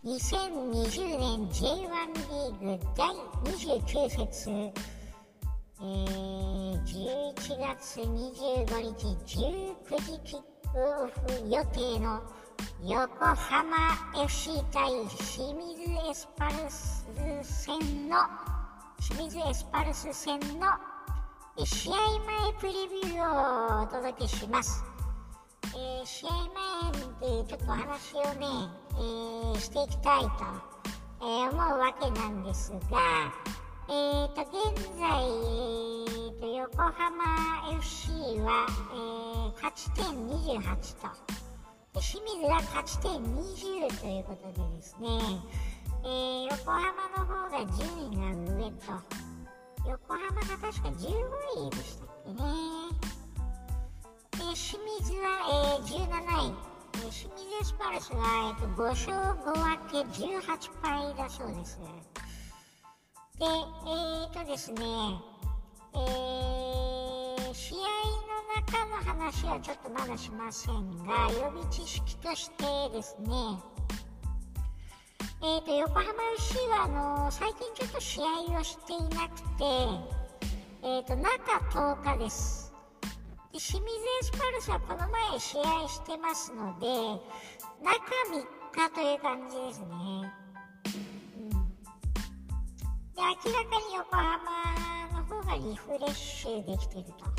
2020年 J1 リーグ第29節、11月25日19時キックオフ予定の横浜 FC 対清水エスパルス戦の試合前プレビューをお届けします。試合前でちょっとお話をね、していきたいと、思うわけなんですが、現在、横浜 FC は、勝ち点28と、清水は勝ち点20ということでですね、横浜の方が順位が上と、横浜が確か15位でしたっけね。清水は、17位、清水エスパルスは、5勝5分け18敗だそうです。で、ですね、試合の中の話はちょっとまだしませんが、予備知識としてですね、横浜 FC は最近ちょっと試合をしていなくて、中10日です。で、清水エスパルスはこの前試合してますので、中3日という感じですね。で、明らかに横浜の方がリフレッシュできてると。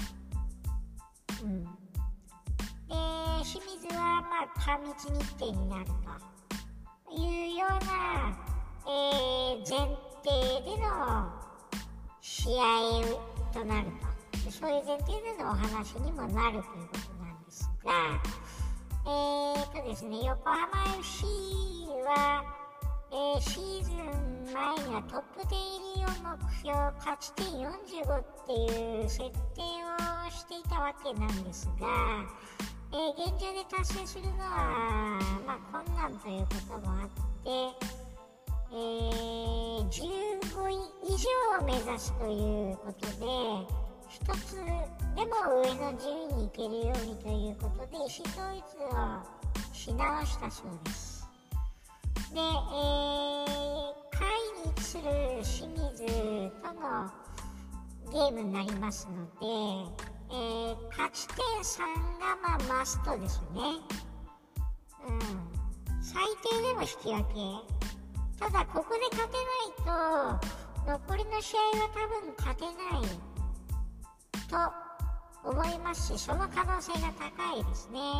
で、清水は過密日程になるというような、前提での試合となると。そういう前提でのお話にもなるということなんですが、ですね、横浜 FC は、シーズン前にはトップ10入りを目標、勝ち点45っていう設定をしていたわけなんですが、現状で達成するのは、困難ということもあって、15位以上を目指すということで、一つでも上の順位に行けるようにということで意思統一をし直したそうです。で、下位に位置する清水とのゲームになりますので、勝ち点3がマストですね。最低でも引き分け。ただここで勝てないと残りの試合は多分勝てないと思いますし、その可能性が高いですね。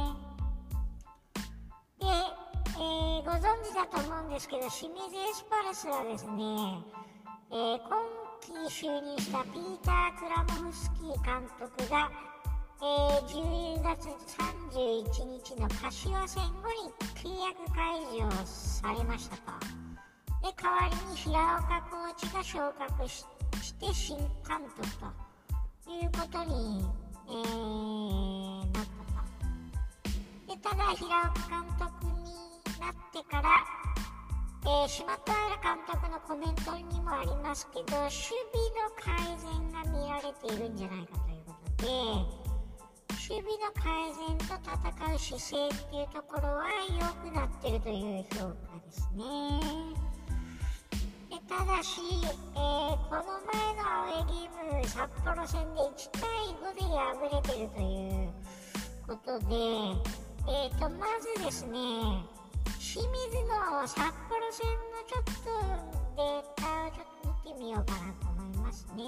で、ご存知だと思うんですけど、清水エスパルスはですね、今季就任したピーター・クラモフスキー監督が、10月31日の柏戦後に契約解除されましたと。で、代わりに平岡コーチが昇格して新監督ということに、なったと。で、ただ平岡監督になってから、島田監督のコメントにもありますけど、守備の改善が見られているんじゃないかということで、守備の改善と戦う姿勢っていうところは良くなっているという評価ですね。で、ただし、この前のアウェーゲーム札幌戦で1対5で敗れているということで、まずですね、清水の札幌戦のちょっとデータをちょっと見てみようかなと思いますね。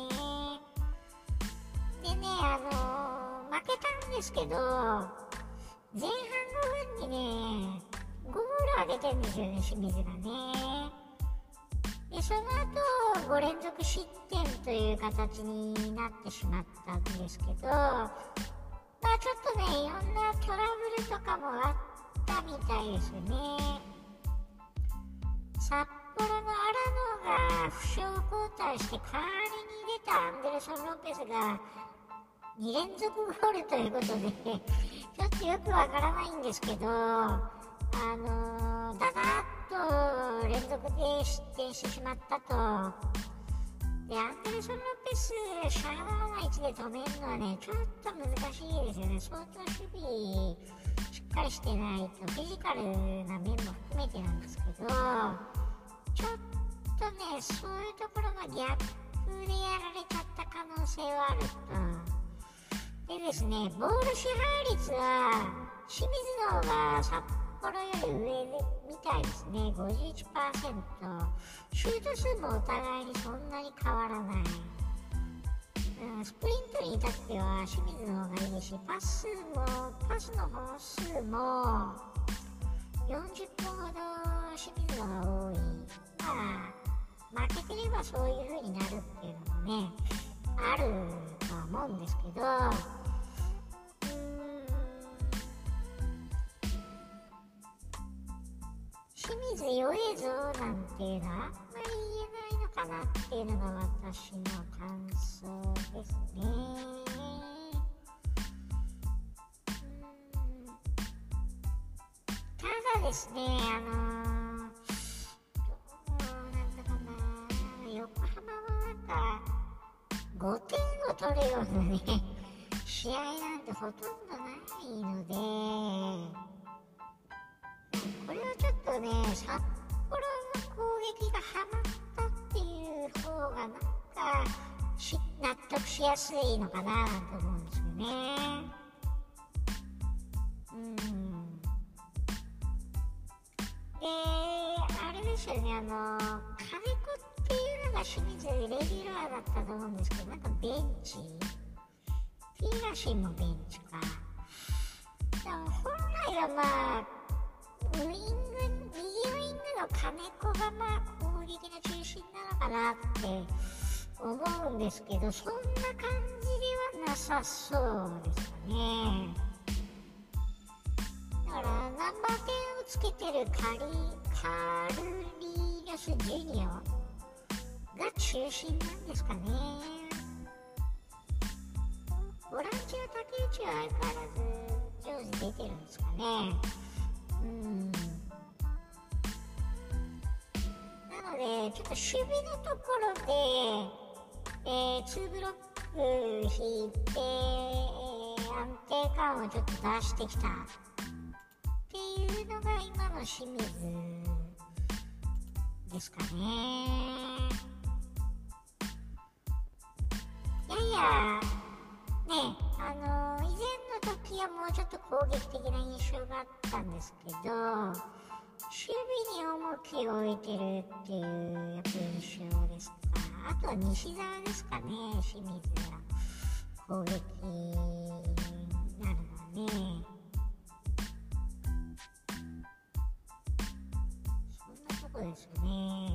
でね、負けたんですけど、前半5分にね、5ゴール上げてるんですよね、清水がね。で、その後、5連続失点という形になってしまったんですけど、ちょっとね、いろんなトラブルとかもあったみたいですよね。札幌の荒野が負傷交代して代わりに出たアンデルソン・ロペスが2連続ゴールということで、ちょっとよくわからないんですけど、だだっと連続で失点してしまったと。で、アンデルソン・ロペス、シャドウな位置で止めるのはね、ちょっと難しいですよね。相当守備しっっかりしてないと、フィジカルな面も含めてなんですけど、ちょっとね、そういうところがギャップでやられちゃった可能性はあると。でですね、ボール支配率は清水の方が札幌より上みたいですね。 51%。シュート数もお互いにそんなに変わらない。スプリントに至っては清水の方がいいし、パスの本数も40本ほど清水の方が多い。まあ負けてればそういう風になるっていうのもねあるとは思うんですけど、清水弱えぞなんていうのはあんまり言えないのかなっていうのが私の感想ですね。ただですね、なんだかな、横浜はなんか5点を取るようなね試合なんてほとんどないので、これはちょっとね、札幌の攻撃がハマったっていう方がなんか納得しやすいのかなと思うんですよね。で、あれですよね、金子っていうのが清水レギュラーだったと思うんですけど、なんかベンチ、ピーラシンもベンチか。でも本来はまあ右ウィングの金子がまあ攻撃の中心なのかなって思うんですけど、そんな感じではなさそうですかね。だからナンバー10をつけてるカルリーニョス・ジュニアが中心なんですかね。ボランチの竹内は相変わらず上手出てるんですかね。なのでちょっと守備のところで、2ブロック引いて、安定感をちょっと出してきたっていうのが今の清水ですかね。ややね、以前の時はもうちょっと攻撃的な印象があったんですけど、守備に重きを置いてるっていうやっぱ印象ですか。あとは西澤ですかね、清水が攻撃になるのはね。そんなとこですよね。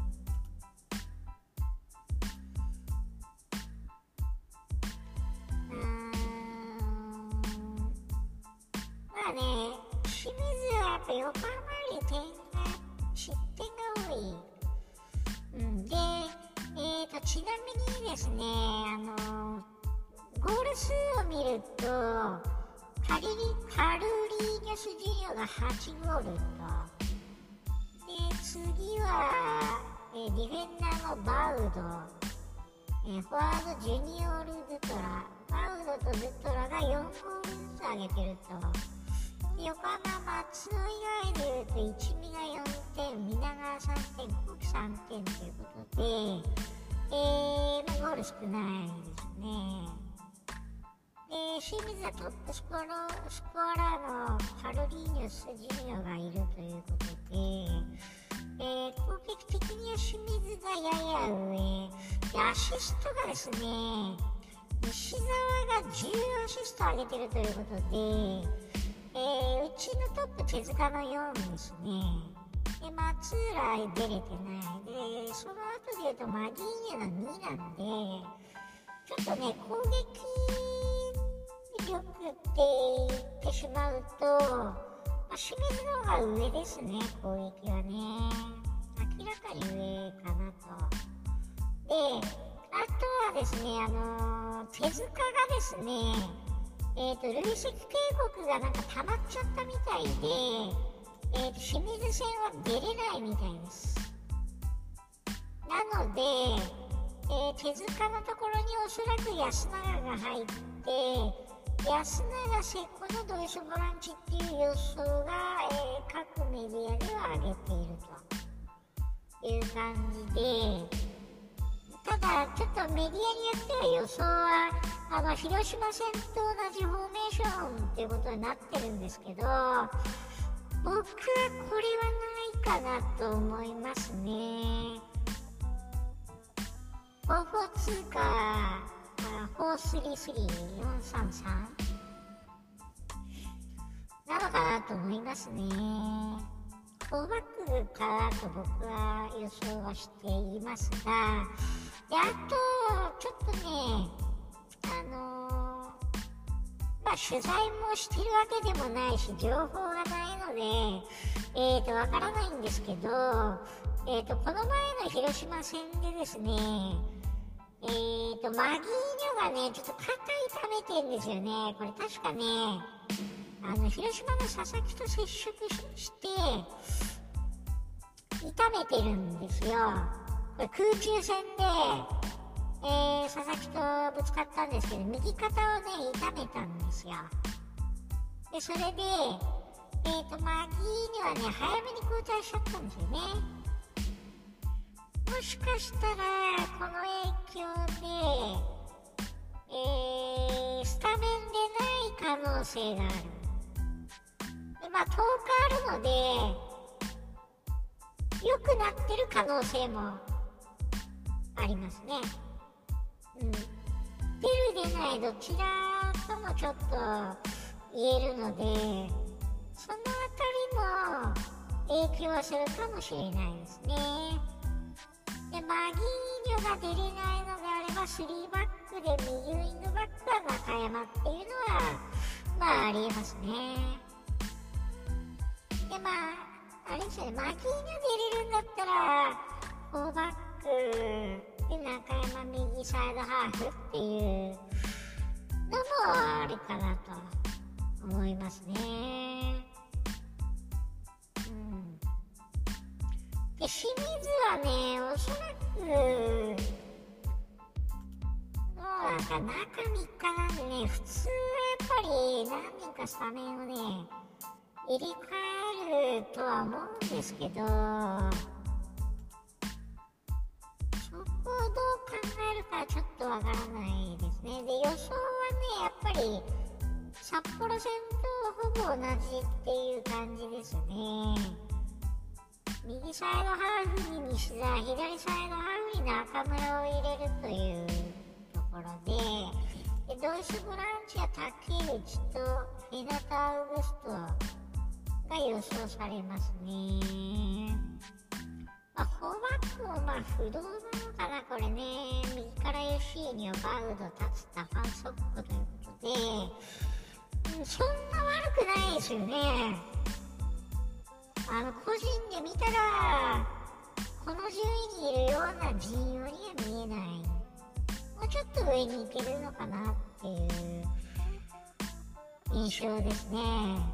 まあね、清水はやっぱ横浜より失点が多い。で、ちなみにですね、ゴール数を見るとカルリーニョス・ジュニアが8ゴールと、で次は、ディフェンダーのバウド、フォワードジュニオール・ドゥトラ、バウドとドゥトラが4ゴールずつ上げてると。横浜松尾以外でいうと一味が4点、皆川3点、コキ3点ということで、ゴール少ないですね。で、清水はトップスコアラーのカルリーニョス・ジュニアがいるということで、攻撃的には清水がやや上で、アシストがですね、西澤が10アシスト上げてるということで、うちのトップ手塚の4ですね。で、松浦出れてない。で、その後で言うとマギーニャの2なんで、ちょっとね、攻撃力って言ってしまうと、清水の方が上ですね、攻撃はね。明らかに上かなと。で、あとはですね、手塚がですね、累積警告がなんか溜まっちゃったみたいで、清水戦は出れないみたいです。なので、手塚のところにおそらく安永が入って、 安永瀬古のドイツボランチっていう予想が、各メディアでは上げているという感じで、ただちょっとメディアによっては予想は広島戦と同じフォーメーションっていうことになってるんですけど、僕はこれはないかなと思いますね。442か433-433なのかなと思いますね。4バックかなと僕は予想はしていますが、であとちょっとね、取材もしてるわけでもないし情報がないのでわからないんですけど、この前の広島戦でですね、マギーニョがねちょっと肩痛めてるんですよね。これ確かね広島の佐々木と接触して痛めてるんですよ。これ空中戦で、佐々木とぶつかったんですけど、右肩をね痛めたんですよ。でそれで、マギーニョはね早めに交代しちゃったんですよね。もしかしたらこの影響で、スタメンでない可能性がある。で10日あるので良くなってる可能性もありますね。出る出ないどちらともちょっと言えるので、そのあたりも影響するかもしれないですね。でマギーニョが出れないのであれば3バックで右ウイングバックは中山っていうのはありえますね。であれですよね、マギーニョ出れるんだったら4バックで中山右サイドハーフっていうのもあるかなと思いますね。で清水はねおそらく中3日なんでね、普通はやっぱり何人かスタメンをね入れ替えるとは思うんですけど、そこをどう考えるかちょっとわからないですね。で予想はねやっぱり札幌戦とほぼ同じっていう感じですね。右サイドハーフに西田、左サイドハーフに中村を入れるというところで、ドイツボランチは竹内と日向アウグストが予想されますね。フォーバックも不動なのかなこれね。右から吉井にバウド、達田、ファンソックということで、そんな悪くないですよね。個人で見たらこの順位にいるような陣容には見えない。もうちょっと上に行けるのかなっていう印象ですね。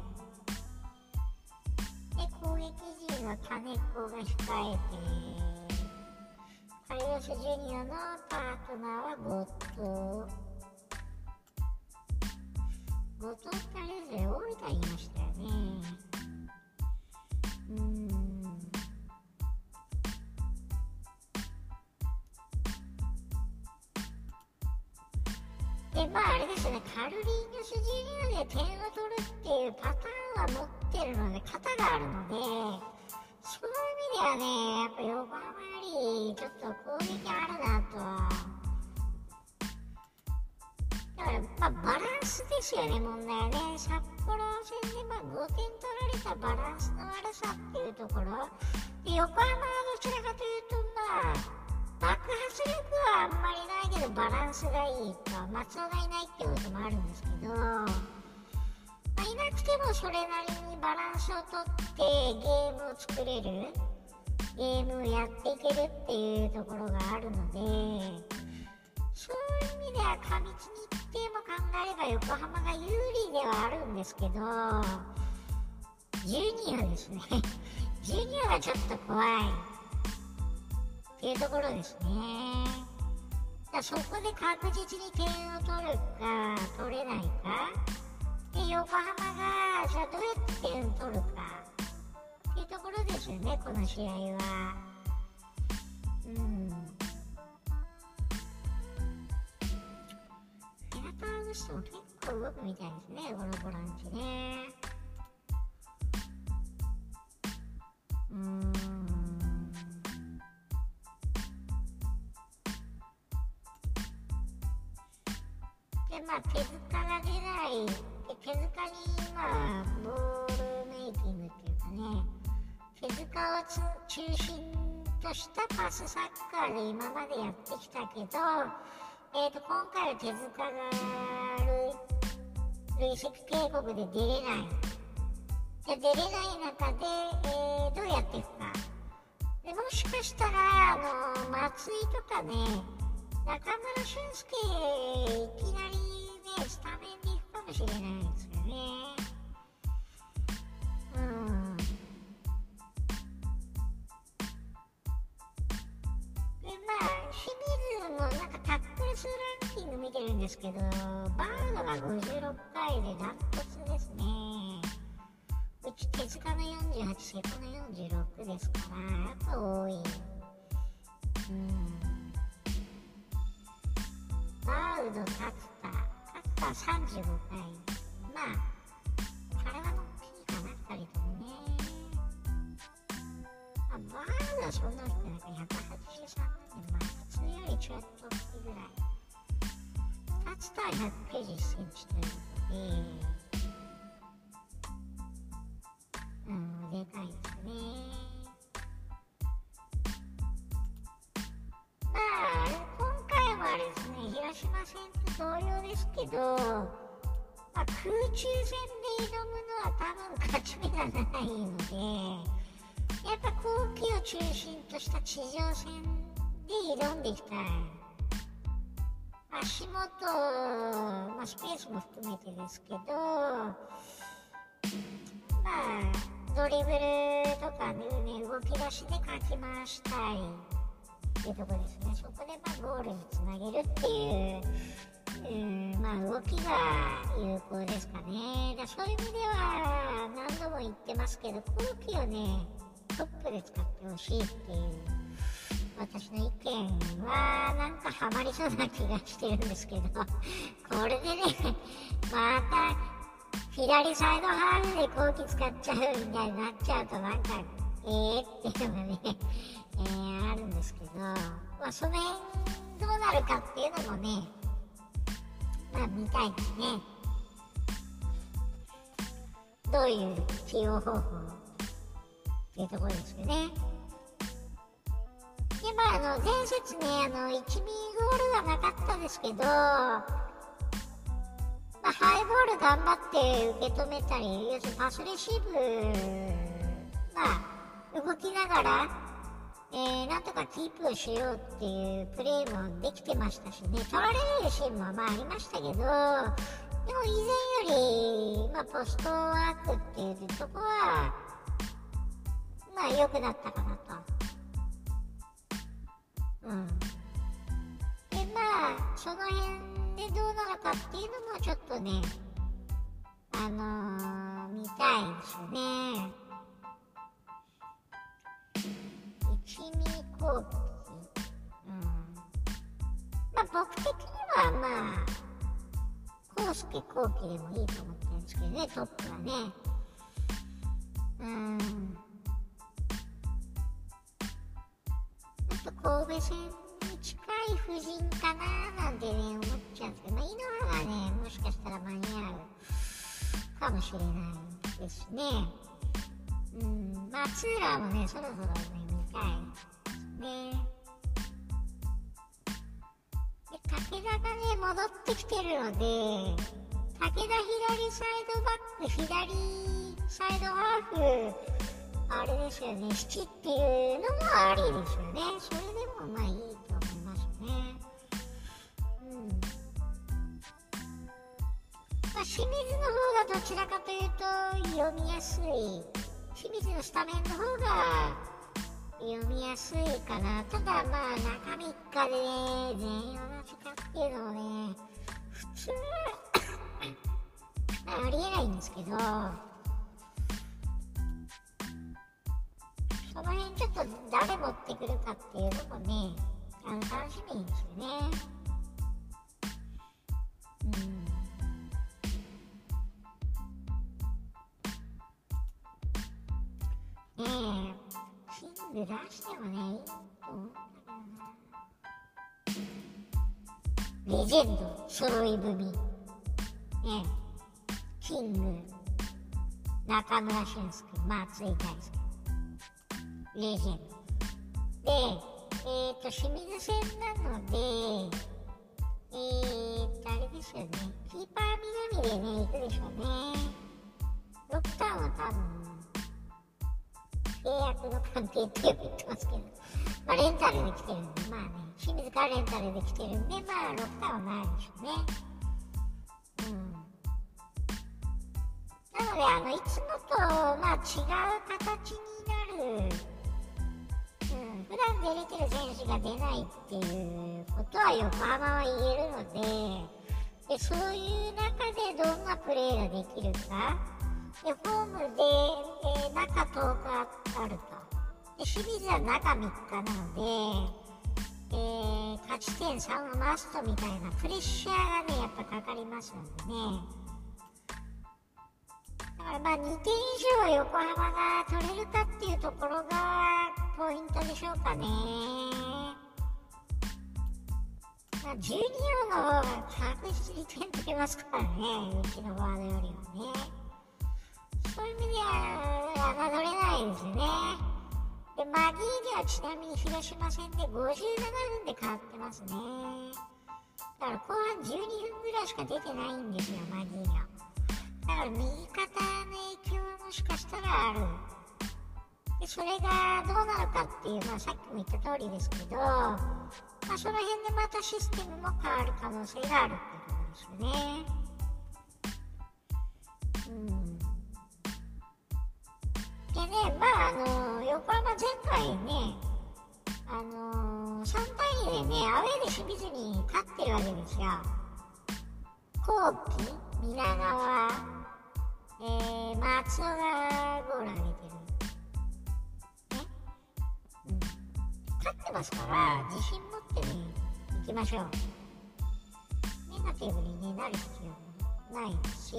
で攻撃陣は金子が控えて、カルロス・ジュニアのパートナーは後藤ってあれですね、大分にいましたよね。であれですね、カルリーニョス・ジュニアで点を取るっていうパターンは持ってるので、型があるので、そういう意味ではね、やっぱ横浜よりちょっと攻撃あるなとは。だからバランスですよね、問題はね。札幌戦で5点取られたバランスの悪さっていうところで、横浜はどちらかというと爆発力はあんまりないけどバランスがいいと、松尾がいないってこともあるんですけど、いなくてもそれなりにバランスをとってゲームを作れる、ゲームをやっていけるっていうところがあるので、そういう意味では過密日程も考えれば横浜が有利ではあるんですけど、ジュニアですねジュニアがちょっと怖いっていうところですね。そこで確実に点を取るか取れないか横浜がじゃあどうやって点取るかっていうところですよね、この試合は。ヘラターグストも結構動くみたいですね、このボランチね。で手塚が出ないで、手塚にボールメイキングっていうかね、手塚を中心としたパスサッカーで今までやってきたけど、今回は手塚が累積警告で出れない。出れない中で、どうやっていくか。でもしかしたら松井とかね、中村俊輔いきなりねスタメンでいくかもしれないんですよね。で清水もなんかタックル数ランキング見てるんですけど、バードが56回でダントツですね。うち手塚の48、瀬古の46ですから、やっぱ多い。バード、タッタ35回。体の大きいかな、2人ともね。バードはそんな人なんか183なんで、普通よりちょっと大きいぐらい。タッタは190センチということで、でかいですね。今回もあれですね、広島戦と同様ですけど、空中戦で挑むのは多分勝ち目がないので、やっぱ後期を中心とした地上戦で挑んでいきたい。足元、スペースも含めてですけど、ドリブルとかね、動き出しでかき回したいっていうところですね。そこでゴールにつなげるっていう、動きが有効ですかね。そういう意味では何度も言ってますけど、後期をねトップで使ってほしいっていう私の意見はなんかハマりそうな気がしてるんですけど、これでねまた左サイドハーフで後期使っちゃうみたいになっちゃうとなんかっていうのがね、あるんですけど、その辺どうなるかっていうのもね、見たいですね。どういう起用方法っていうところですよね。で前節ね1ミリゴールはなかったですけど、ハイボール頑張って受け止めたり、要するにパスレシーブ動きながら、なんとかキープをしようっていうプレーもできてましたしね、取られるシーンもありましたけど、でも以前より、ポストワークっていうとこは良くなったかなと。でその辺でどうなのかっていうのもちょっとね見たいですよね。一味後期、僕的には康介後期でもいいと思ってるんですけどね、トップはね。神戸戦に近い布陣かななんてね思っちゃうんですけど、井ノ原がねもしかしたら間に合うかもしれないですね。ツーラーもねそろそろね見たいですね。で武田がね戻ってきてるので、武田左サイドバック、左サイドハーフあれですよね、7っていうのもありですよね。それでもいいと思いますね。清水の方がどちらかというと読みやすい、清水のスタメンの方が読みやすいかな。ただ中3日でね全員同じかっていうのもね普通ありえないんですけど、その辺ちょっと誰持ってくるかっていうのもね、楽しみですよね。ねえ、キング出してもね、いいと思うんだけどな。レジェンド揃い踏み。ねえ、キング、中村俊輔、松井大輔。レジェンド。で、清水戦なので、あれですよね、キーパー南でね、行くでしょうね。ドクターは多分、契約の関係って言ってますけど、レンタルで来てるんで、清水からレンタルで来てるんで、6ターンはないでしょうね。なので、いつもと、違う形になる、普段出れてる選手が出ないっていうことは横浜は言えるので、そういう中でどんなプレーができるか。で、ホームで、中10日あると。で、清水は中3日なので、勝ち点3はマストみたいなプレッシャーがね、やっぱかかりますのでね。だから2点以上横浜が取れるかっていうところがポイントでしょうかね。12号の方が確実に点取れますからね、うちのワードよりはね。そういう意味では侮れないですよね。で、マギーニはちなみに広島戦で57分で変わってますね。だから後半12分ぐらいしか出てないんですよ、マギーニは。だから右肩の影響はもしかしたらある。で、それがどうなるかっていう、さっきも言った通りですけど、その辺でまたシステムも変わる可能性があるっていうことですよね。でね、横浜前回ね、3対2でね、アウェーで清水に勝ってるわけですよ。後期、皆川、松尾がゴール上げてる。ね。勝ってますから、自信持ってね、行きましょう。ネガティブに、ね、なる必要もないし、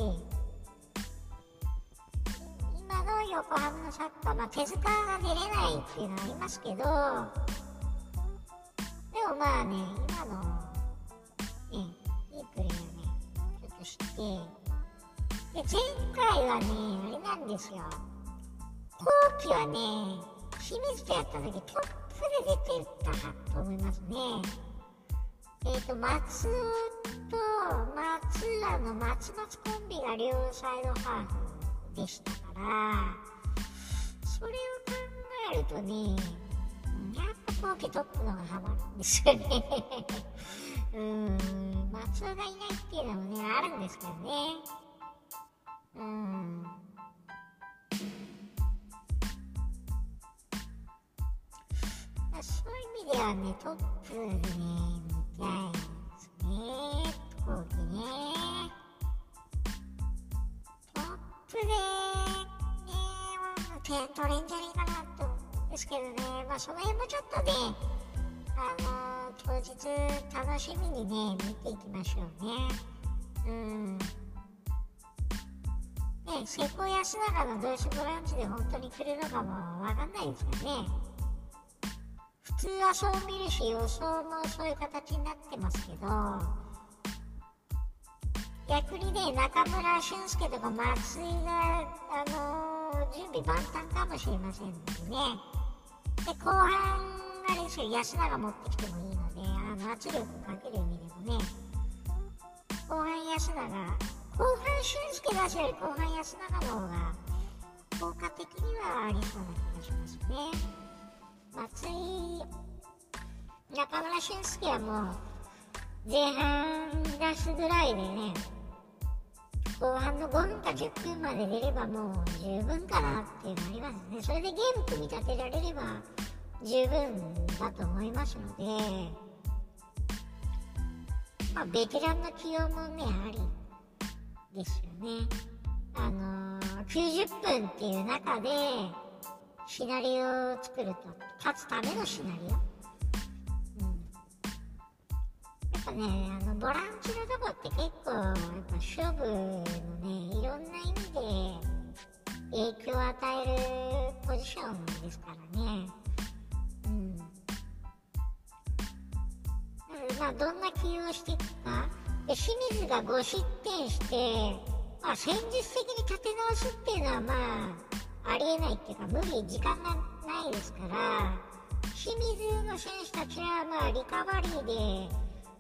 今の横浜のサッカー、手塚が出れないっていうのはありますけど、でも今の、いいプレーをね、ちょっとして、で、前回はね、あれなんですよ。後期はね、清水とやった時トップで出てたと思いますね。松尾と松浦の松松コンビが両サイドハーフでしたから、それを考えるとね、やっぱ後期トップのがハマるんですよね。松尾がいないっていうのもね、あるんですけどね。そういう意味ではね、トップでね、見たいですね。後期ね。トップで、点取れんじゃないかなと思うんですけどね。その辺もちょっとね、当日楽しみにね、見ていきましょうね。瀬古安永の同士ボランチで本当に来るのかもわかんないですよね。普通はそう見るし、予想もそういう形になってますけど、逆にね、中村俊輔とか松井が、準備万端かもしれませんのでね。で、後半、あれですよ、安永持ってきてもいいので、圧力かける意味でもね、後半安永、後半俊輔出すより後半安永の方が効果的にはありそうな気がしますね。松井、中村俊輔はもう前半出すぐらいでね、後半の5分か10分まで出ればもう十分かなっていうのありますね。それでゲーム組み立てられれば十分だと思いますので、ベテランの起用もね、ありですよね。90分っていう中でシナリオを作ると、勝つためのシナリオ、やっぱね、ボランチのとこって結構やっぱ勝負のね、いろんな意味で影響を与えるポジションですからね。どんな起用していくかで、清水が5失点して、戦術的に立て直すっていうのはありえないっていうか、時間がないですから、清水の選手たちはリカバリーで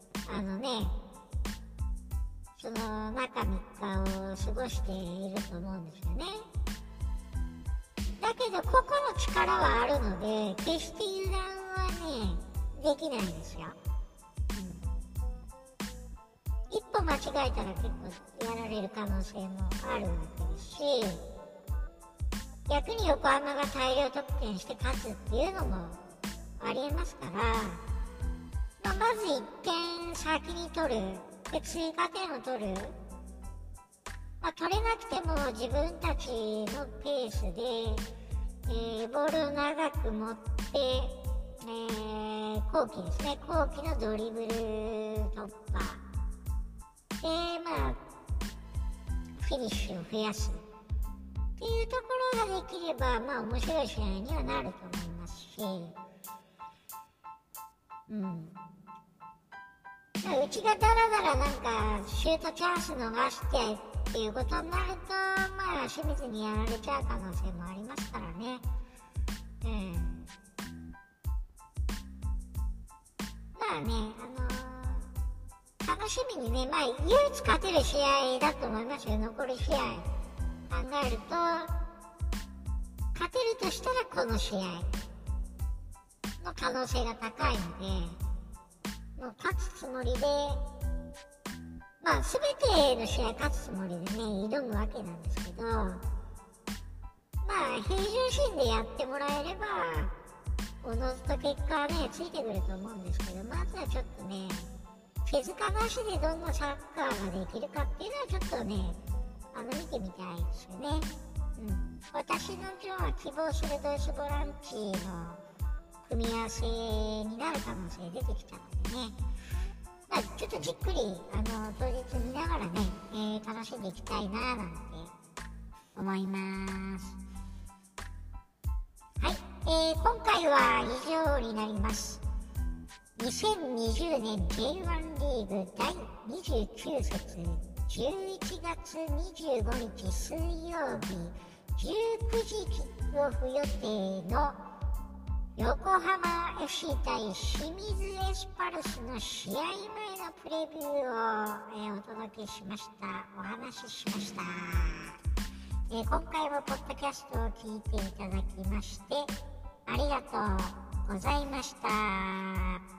その中3日を過ごしていると思うんですよね。だけど個々の力はあるので、決して油断はねできないんですよ。一歩間違えたら結構やられる可能性もあるわけですし、逆に横浜が大量得点して勝つっていうのもありえますから、まず1点先に取る、で追加点を取る、取れなくても自分たちのペースで、ボールを長く持って、後期ですね、後期のドリブル突破で、フィニッシュを増やすっていうところができれば、面白い試合にはなると思いますし、うちがダラダラシュートチャンス逃してっていうことになると、清水にやられちゃう可能性もありますからね。楽しみにね、唯一勝てる試合だと思いますよ。残り試合考えると、勝てるとしたらこの試合の可能性が高いので、もう勝つつもりで、全ての試合勝つつもりでね、挑むわけなんですけど、平常心でやってもらえれば、おのずと結果はね、ついてくると思うんですけど、まずはちょっとね、手塚なしでどんなサッカーができるかっていうのはちょっとね、見てみたいですよね。私の希望するドイツボランチの組み合わせになる可能性出てきたのでね、ちょっとじっくり当日見ながらね、楽しんでいきたいななんて思います。はい、今回は以上になります。2020年 J1 リーグ第29節11月25日水曜日19時キックオフ予定の横浜 FC 対清水エスパルスの試合前のプレビューを、お届けしました。お話ししました。今回もポッドキャストを聞いていただきましてありがとうございました。